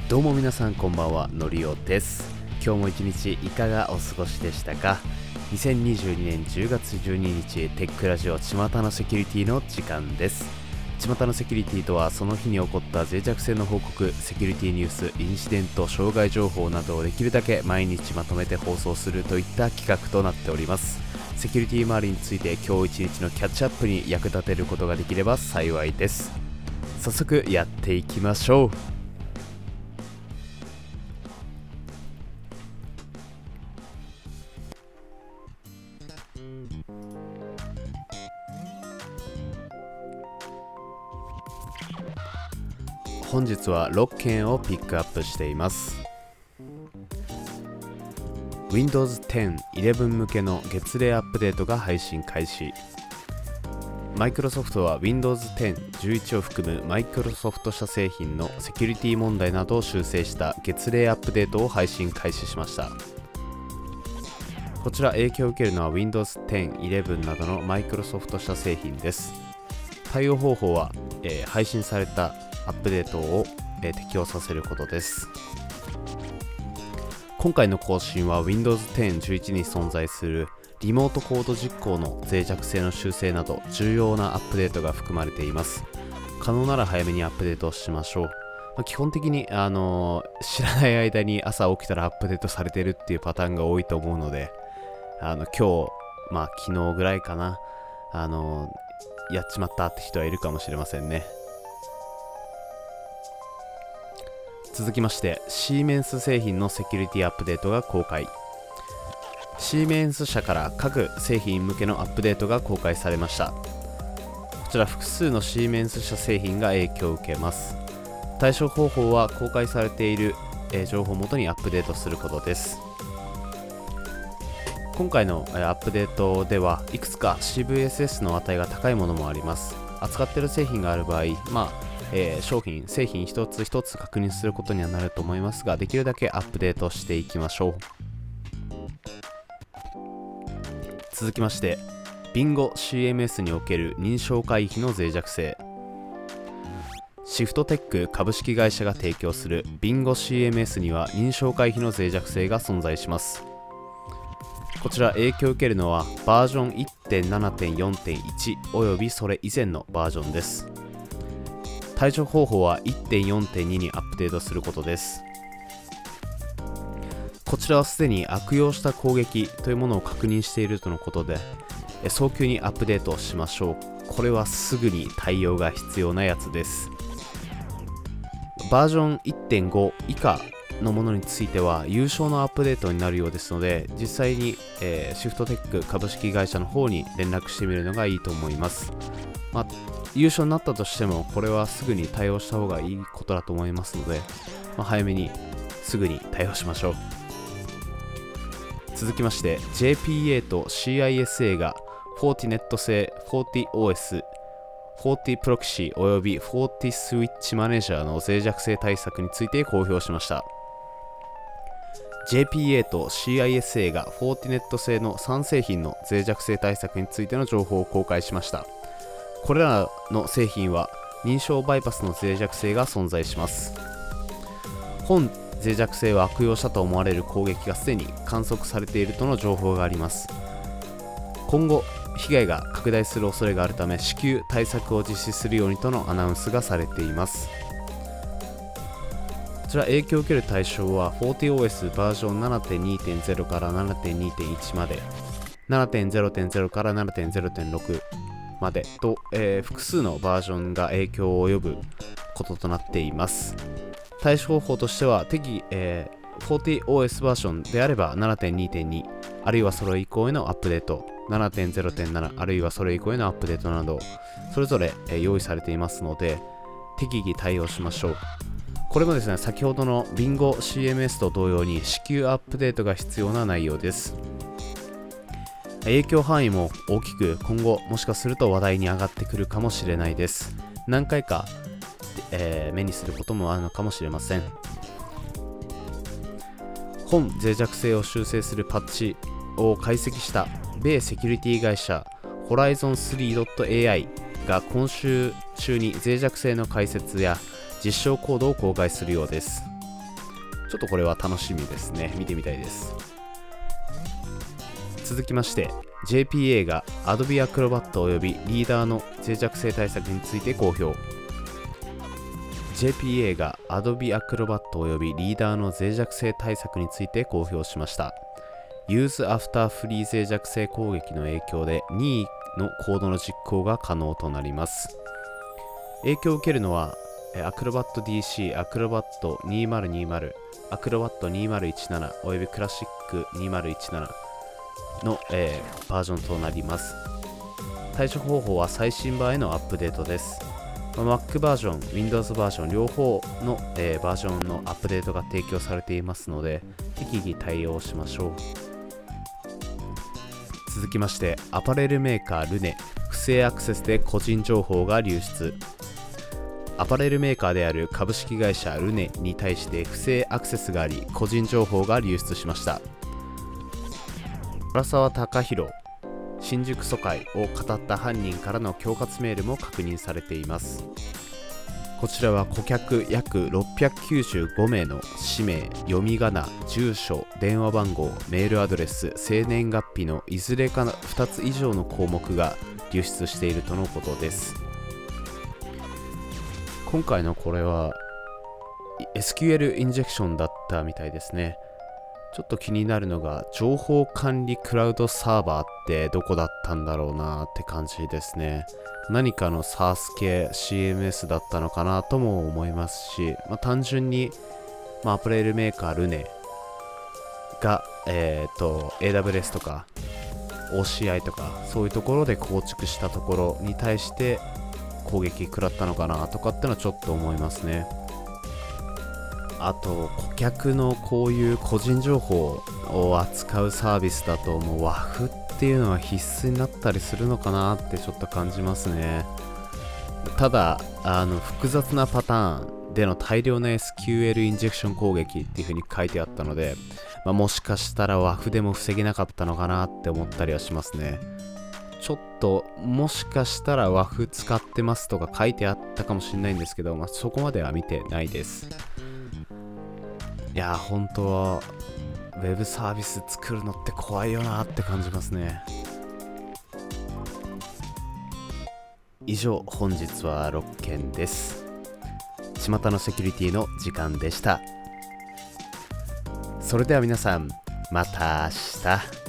どうも皆さんこんばんは、のりおです。今日も一日いかがお過ごしでしたか。2022年10月12日テックラジオ巷のセキュリティの時間です。巷のセキュリティとは、その日に起こった脆弱性の報告、セキュリティニュース、インシデント、障害情報などをできるだけ毎日まとめて放送するといった企画となっております。セキュリティ周りについて今日一日のキャッチアップに役立てることができれば幸いです。早速やっていきましょう。本日は6件をピックアップしています。 Windows 10、11向けの月例アップデートが配信開始。マイクロソフトは Windows 10、11を含むマイクロソフト社製品のセキュリティ問題などを修正した月例アップデートを配信開始しました。こちら影響を受けるのは Windows 10、11などのマイクロソフト社製品です。対応方法は、配信されたアップデートを、適用させることです。今回の更新は Windows 10、11に存在するリモートコード実行の脆弱性の修正など重要なアップデートが含まれています。可能なら早めにアップデートをしましょう。基本的に、知らない間に朝起きたらアップデートされてるっていうパターンが多いと思うので、今日、昨日ぐらいかな、やっちまったって人はいるかもしれませんね。続きまして、シーメンス製品のセキュリティアップデートが公開。シーメンス社から各製品向けのアップデートが公開されました。こちら複数のシーメンス社製品が影響を受けます。対処方法は公開されている情報をもとにアップデートすることです。今回のアップデートではいくつか CVSS の値が高いものもあります。扱っている製品がある場合、製品一つ一つ確認することにはなると思いますが、できるだけアップデートしていきましょう。続きまして、ビンゴ CMS における認証回避の脆弱性。シフトテック株式会社が提供するビンゴ CMS には認証回避の脆弱性が存在します。こちら影響を受けるのはバージョン 1.7.4.1 およびそれ以前のバージョンです。対処方法は 1.4.2 にアップデートすることです。こちらはすでに悪用した攻撃というものを確認しているとのことで、早急にアップデートをしましょう。これはすぐに対応が必要なやつです。バージョン 1.5 以下のものについては有償のアップデートになるようですので、実際に、シフトテック株式会社の方に連絡してみるのがいいと思います。優勝になったとしても、これはすぐに対応した方がいいことだと思いますので、早めにすぐに対応しましょう。続きまして、 JPA と CISA が Fortinet 製 FortiOS、40 Proxy および 40 Switch Manager の脆弱性対策について公表しました。JPA と CISA が Fortinet 製の3製品の脆弱性対策についての情報を公開しました。これらの製品は認証バイパスの脆弱性が存在します。本脆弱性を悪用したと思われる攻撃がすでに観測されているとの情報があります。今後被害が拡大する恐れがあるため、至急対策を実施するようにとのアナウンスがされています。こちら影響を受ける対象は FortiOS バージョン 7.2.0 から 7.2.1 まで、 7.0.0 から 7.0.6 までと、複数のバージョンが影響を及ぶこととなっています。対処方法としてはFortiOS バージョンであれば 7.2.2 あるいはそれ以降へのアップデート、 7.0.7 あるいはそれ以降へのアップデートなどそれぞれ、用意されていますので、適宜対応しましょう。これもですね、先ほどの Bingo CMS と同様に至急アップデートが必要な内容です。影響範囲も大きく、今後もしかすると話題に上がってくるかもしれないです。何回か、目にすることもあるのかもしれません。本脆弱性を修正するパッチを解析した米セキュリティ会社 Horizon3.ai が今週中に脆弱性の解説や実証コードを公開するようです。 ちょっとこれは楽しみですね。見てみたいです。続きまして JPA が Adobe Acrobat およびリーダーの脆弱性対策について公表。 JPA が Adobe Acrobat およびリーダーの脆弱性対策について公表しました。 Use After Free 脆弱性攻撃の影響で任意のコードの実行が可能となります。影響を受けるのはAcrobat DC、Acrobat 2020、Acrobat 2017およびクラシック2017の、バージョンとなります。対処方法は最新版へのアップデートです。Mac バージョン、Windows バージョン両方の、バージョンのアップデートが提供されていますので、適宜対応しましょう。続きまして、アパレルメーカールネ、不正アクセスで個人情報が流出。アパレルメーカーである株式会社ルネに対して不正アクセスがあり、個人情報が流出しました。原沢貴弘新宿疎開を語った犯人からの恐喝メールも確認されています。こちらは顧客約695名の氏名、読み仮名、住所、電話番号、メールアドレス、生年月日のいずれか2つ以上の項目が流出しているとのことです。今回のこれは SQL インジェクションだったみたいですね。ちょっと気になるのが、情報管理クラウドサーバーってどこだったんだろうなって感じですね。何かの SaaS 系 CMS だったのかなとも思いますし、単純に、アパレルメーカールネが、AWS とか OCI とかそういうところで構築したところに対して攻撃食らったのかなとかってのはちょっと思いますね。あと顧客のこういう個人情報を扱うサービスだともう WAF っていうのは必須になったりするのかなってちょっと感じますね。ただ複雑なパターンでの大量な SQL インジェクション攻撃っていう風に書いてあったので、もしかしたら WAF でも防げなかったのかなって思ったりはしますね。ちょっともしかしたら WAF 使ってますとか書いてあったかもしれないんですけど、そこまでは見てないです。いや本当はウェブサービス作るのって怖いよなって感じますね。以上、本日は6件です。巷のセキュリティの時間でした。それでは皆さん、また明日。